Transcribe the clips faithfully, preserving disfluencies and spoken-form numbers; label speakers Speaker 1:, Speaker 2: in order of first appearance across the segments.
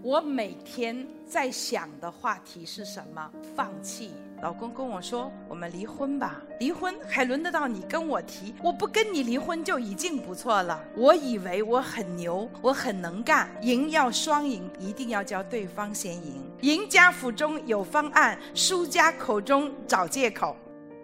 Speaker 1: 我每天在想的话题是什么？放弃。老公跟我说，我们离婚吧。离婚还轮得到你跟我提？我不跟你离婚就已经不错了。我以为我很牛，我很能干，赢要双赢，一定要叫对方先赢。赢家腹中有方案，输家口中找借口。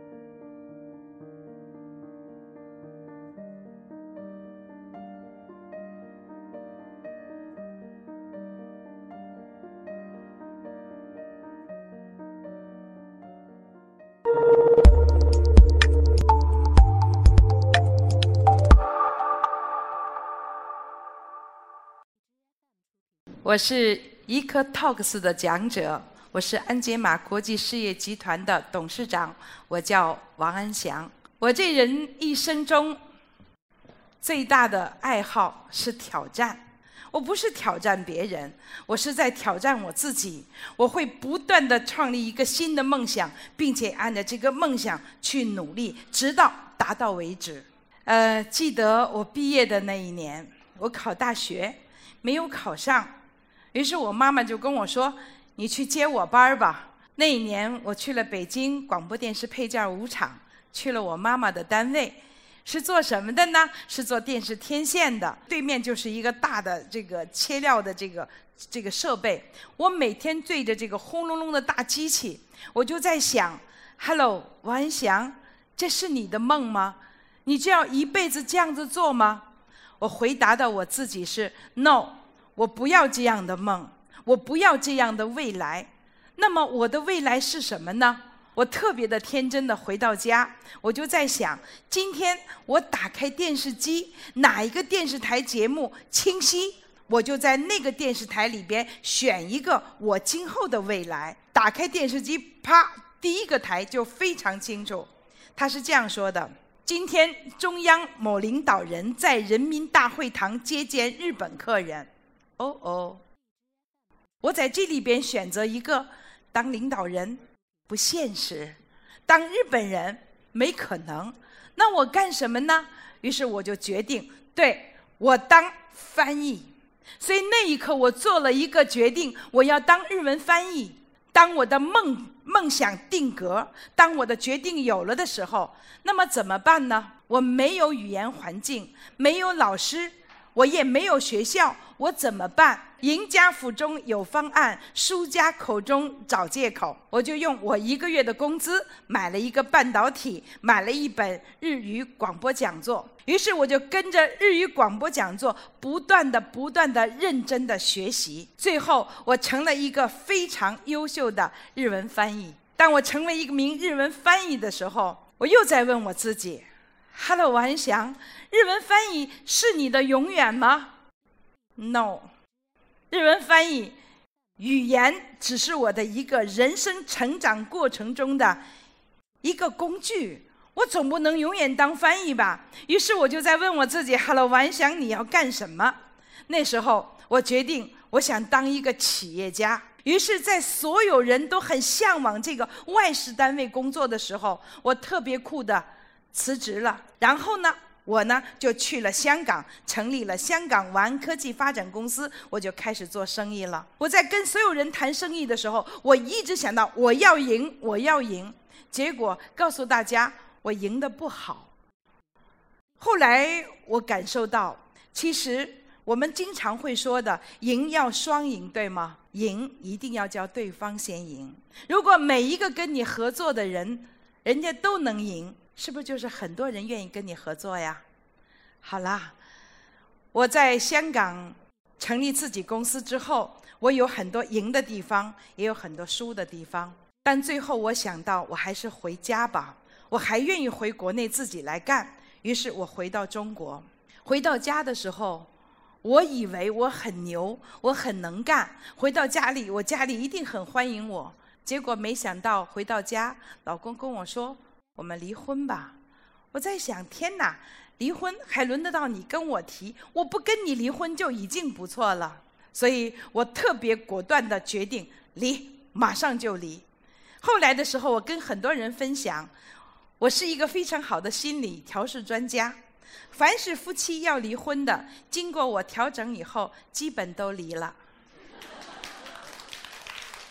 Speaker 1: 我是一颗 Talks 的讲者，我是安捷玛国际事业集团的董事长，我叫王安祥。我这人一生中最大的爱好是挑战，我不是挑战别人，我是在挑战我自己。我会不断地创立一个新的梦想，并且按照这个梦想去努力，直到达到为止。呃，记得我毕业的那一年，我考大学没有考上。于是我妈妈就跟我说，你去接我班吧。那一年我去了北京广播电视配件五厂，去了我妈妈的单位，是做什么的呢？是做电视天线的，对面就是一个大的这个切料的这个这个设备。我每天对着这个轰隆隆的大机器，我就在想 Hello 王安祥，这是你的梦吗？你就要一辈子这样子做吗？我回答的我自己是 No，我不要这样的梦，我不要这样的未来。那么我的未来是什么呢？我特别的天真的回到家，我就在想，今天我打开电视机，哪一个电视台节目清晰，我就在那个电视台里边选一个我今后的未来。打开电视机，啪，第一个台就非常清楚。他是这样说的：今天中央某领导人在人民大会堂接见日本客人。哦哦，我在这里边选择一个当领导人不现实，当日本人没可能，那我干什么呢？于是我就决定，对，我当翻译。所以那一刻我做了一个决定，我要当日文翻译。当我的梦梦想定格，当我的决定有了的时候，那么怎么办呢？我没有语言环境，没有老师，我也没有学校，我怎么办？赢家腹中有方案，输家口中找借口。我就用我一个月的工资买了一个半导体，买了一本日语广播讲座。于是我就跟着日语广播讲座不断的不断的认真的学习，最后我成了一个非常优秀的日文翻译。当我成为一名日文翻译的时候，我又在问我自己， Hello 王安祥，日文翻译是你的永远吗？ No， 日文翻译语言只是我的一个人生成长过程中的一个工具，我总不能永远当翻译吧。于是我就在问我自己， Hello 王安祥，你要干什么？那时候我决定我想当一个企业家。于是在所有人都很向往这个外事单位工作的时候，我特别酷的辞职了。然后呢，我呢就去了香港，成立了香港玩科技发展公司，我就开始做生意了。我在跟所有人谈生意的时候，我一直想到我要赢，我要赢。结果告诉大家，我赢得不好。后来我感受到，其实我们经常会说的赢要双赢，对吗？赢一定要叫对方先赢。如果每一个跟你合作的人，人家都能赢，是不是就是很多人愿意跟你合作呀？好啦，我在香港成立自己公司之后，我有很多赢的地方，也有很多输的地方。但最后我想到，我还是回家吧，我还愿意回国内自己来干。于是我回到中国。回到家的时候，我以为我很牛，我很能干，回到家里，我家里一定很欢迎我。结果没想到回到家，老公跟我说，我们离婚吧。我在想，天哪，离婚还轮得到你跟我提？我不跟你离婚就已经不错了。所以我特别果断的决定离，马上就离。后来的时候，我跟很多人分享，我是一个非常好的心理调试专家。凡是夫妻要离婚的，经过我调整以后，基本都离了。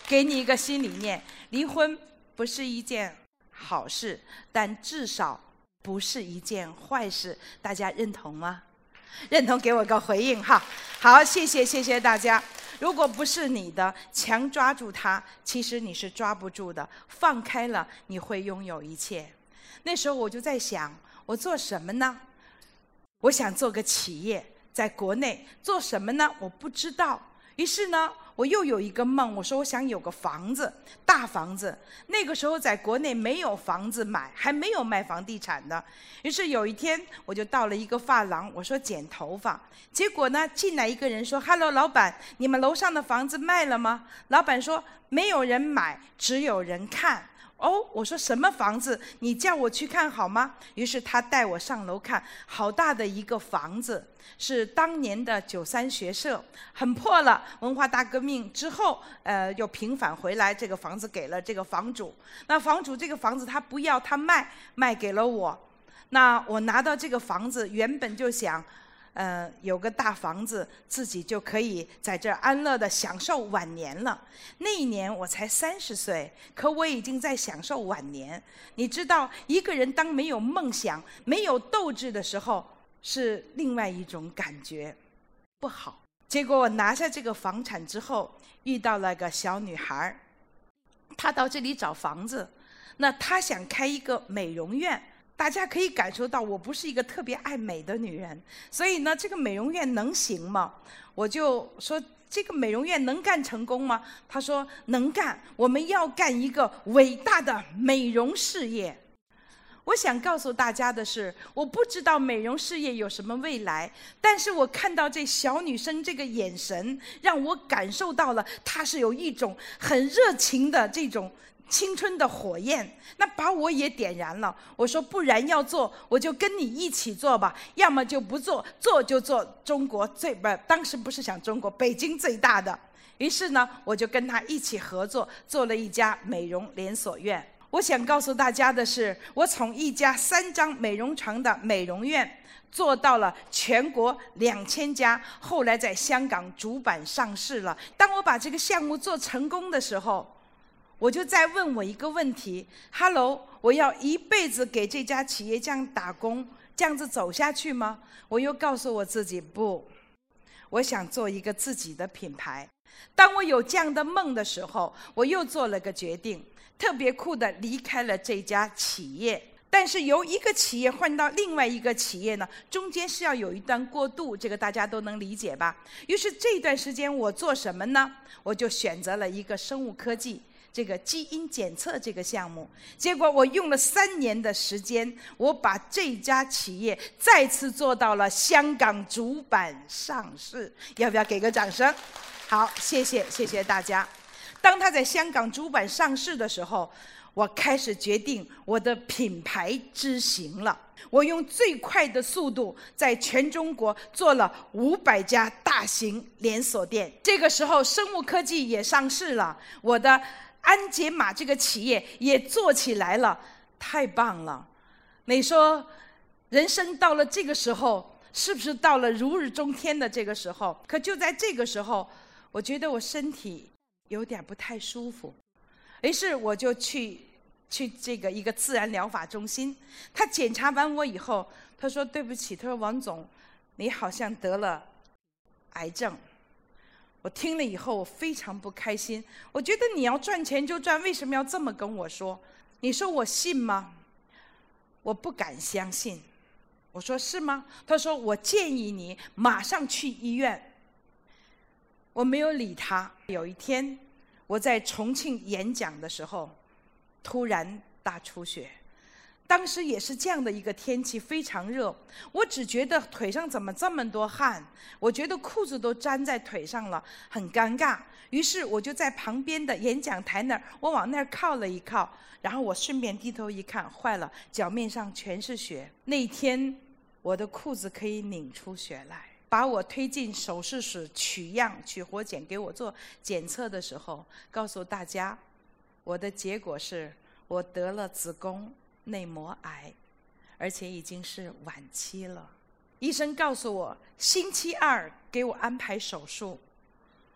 Speaker 1: 给你一个新理念：离婚不是一件好事，但至少不是一件坏事。大家认同吗？认同给我个回应哈。好，谢谢谢谢大家。如果不是你的，强抓住它，其实你是抓不住的。放开了，你会拥有一切。那时候我就在想，我做什么呢？我想做个企业，在国内做什么呢？我不知道。于是呢，我又有一个梦，我说我想有个房子，大房子。那个时候在国内没有房子买，还没有卖房地产的。于是有一天，我就到了一个发廊，我说剪头发。结果呢，进来一个人说 ：“Hello， 老板，你们楼上的房子卖了吗？”老板说：“没有人买，只有人看。”哦，我说什么房子？你叫我去看好吗？于是他带我上楼看，好大的一个房子，是当年的九三学社，很破了。文化大革命之后，呃，又平反回来，这个房子给了这个房主。那房主这个房子他不要，他卖，卖给了我。那我拿到这个房子，原本就想。呃，有个大房子，自己就可以在这儿安乐的享受晚年了。那一年我才三十岁，可我已经在享受晚年。你知道，一个人当没有梦想、没有斗志的时候，是另外一种感觉，不好。结果我拿下这个房产之后，遇到了个小女孩，她到这里找房子，那她想开一个美容院。大家可以感受到，我不是一个特别爱美的女人，所以呢，这个美容院能行吗？我就说，这个美容院能干成功吗？他说能干，我们要干一个伟大的美容事业。我想告诉大家的是，我不知道美容事业有什么未来，但是我看到这小女生这个眼神，让我感受到了她是有一种很热情的这种青春的火焰，那把我也点燃了。我说不然要做，我就跟你一起做吧，要么就不做，做就做中国最不，当时不是想中国，北京最大的。于是呢，我就跟他一起合作，做了一家美容连锁院。我想告诉大家的是，我从一家三张美容床的美容院做到了全国两千家，后来在香港主板上市了。当我把这个项目做成功的时候，我就在问我一个问题 ：Hello， 我要一辈子给这家企业这样打工，这样子走下去吗？我又告诉我自己不，我想做一个自己的品牌。当我有这样的梦的时候，我又做了个决定，特别酷的离开了这家企业。但是由一个企业换到另外一个企业呢，中间是要有一段过渡，这个大家都能理解吧？于是这段时间我做什么呢？我就选择了一个生物科技。这个基因检测这个项目，结果我用了三年的时间，我把这家企业再次做到了香港主板上市。要不要给个掌声？好，谢谢，谢谢大家。当他在香港主板上市的时候，我开始决定我的品牌之行了。我用最快的速度在全中国做了五百家大型连锁店。这个时候，生物科技也上市了，我的安捷玛这个企业也做起来了，太棒了！你说，人生到了这个时候，是不是到了如日中天的这个时候？可就在这个时候，我觉得我身体有点不太舒服，于是我就去去这个一个自然疗法中心。他检查完我以后，他说：“对不起，他说王总，你好像得了癌症。”我听了以后，我非常不开心。我觉得你要赚钱就赚，为什么要这么跟我说？你说我信吗？我不敢相信。我说是吗？他说我建议你马上去医院。我没有理他。有一天，我在重庆演讲的时候，突然大出血。当时也是这样的一个天气，非常热，我只觉得腿上怎么这么多汗，我觉得裤子都粘在腿上了，很尴尬。于是我就在旁边的演讲台那儿，我往那儿靠了一靠，然后我顺便低头一看，坏了，脚面上全是血。那天我的裤子可以拧出血来。把我推进手术室取样取活检给我做检测的时候，告诉大家，我的结果是我得了子宫内膜癌，而且已经是晚期了。医生告诉我星期二给我安排手术。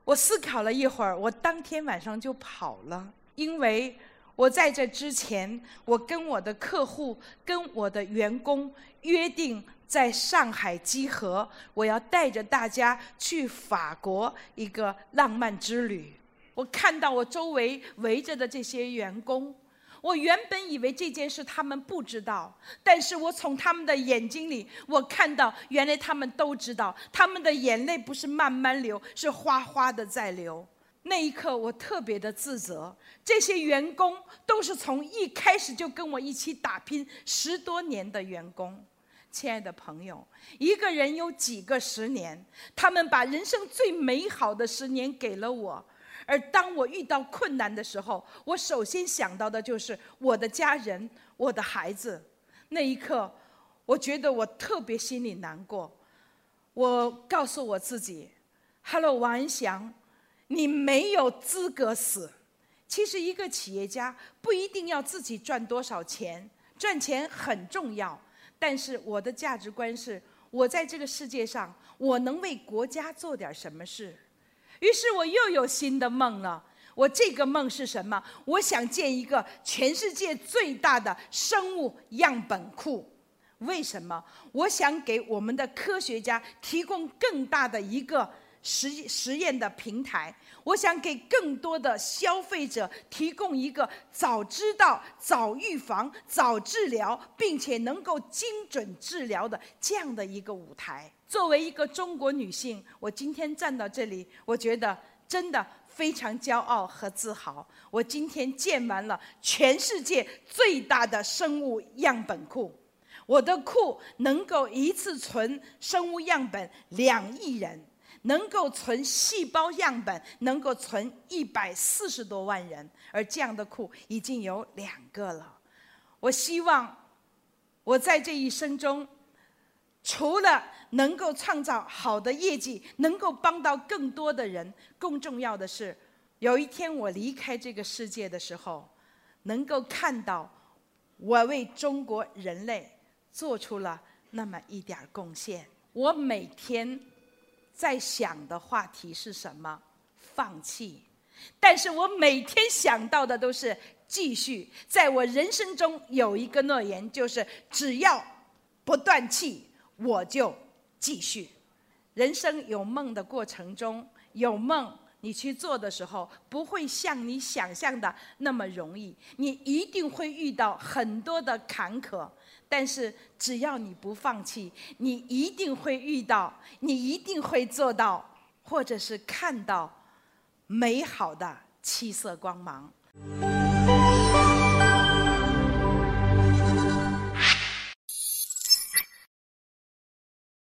Speaker 1: 我思考了一会儿，我当天晚上就跑了，因为我在这之前，我跟我的客户、跟我的员工约定在上海集合，我要带着大家去法国一个浪漫之旅。我看到我周围围着的这些员工，我原本以为这件事他们不知道，但是我从他们的眼睛里，我看到原来他们都知道，他们的眼泪不是慢慢流，是哗哗的在流。那一刻我特别的自责，这些员工都是从一开始就跟我一起打拼十多年的员工。亲爱的朋友，一个人有几个十年，他们把人生最美好的十年给了我，而当我遇到困难的时候，我首先想到的就是我的家人，我的孩子。那一刻我觉得我特别心里难过，我告诉我自己 Hello 王恩祥，你没有资格死。其实一个企业家不一定要自己赚多少钱，赚钱很重要，但是我的价值观是，我在这个世界上，我能为国家做点什么事。于是我又有新的梦了。我这个梦是什么？我想建一个全世界最大的生物样本库。为什么？我想给我们的科学家提供更大的一个实实验的平台，我想给更多的消费者提供一个早知道、早预防、早治疗，并且能够精准治疗的这样的一个舞台。作为一个中国女性，我今天站到这里，我觉得真的非常骄傲和自豪。我今天建完了全世界最大的生物样本库，我的库能够一次存生物样本两亿人。能够存细胞样本，能够存一百四十多万人，而这样的库已经有两个了。我希望我在这一生中，除了能够创造好的业绩，能够帮到更多的人，更重要的是，有一天我离开这个世界的时候，能够看到我为中国人类做出了那么一点贡献。我每天在想的话题是什么？放弃。但是我每天想到的都是继续。在我人生中有一个诺言，就是只要不断气，我就继续。人生有梦的过程中，有梦你去做的时候，不会像你想象的那么容易，你一定会遇到很多的坎坷。但是只要你不放弃，你一定会遇到，你一定会做到，或者是看到美好的七色光芒。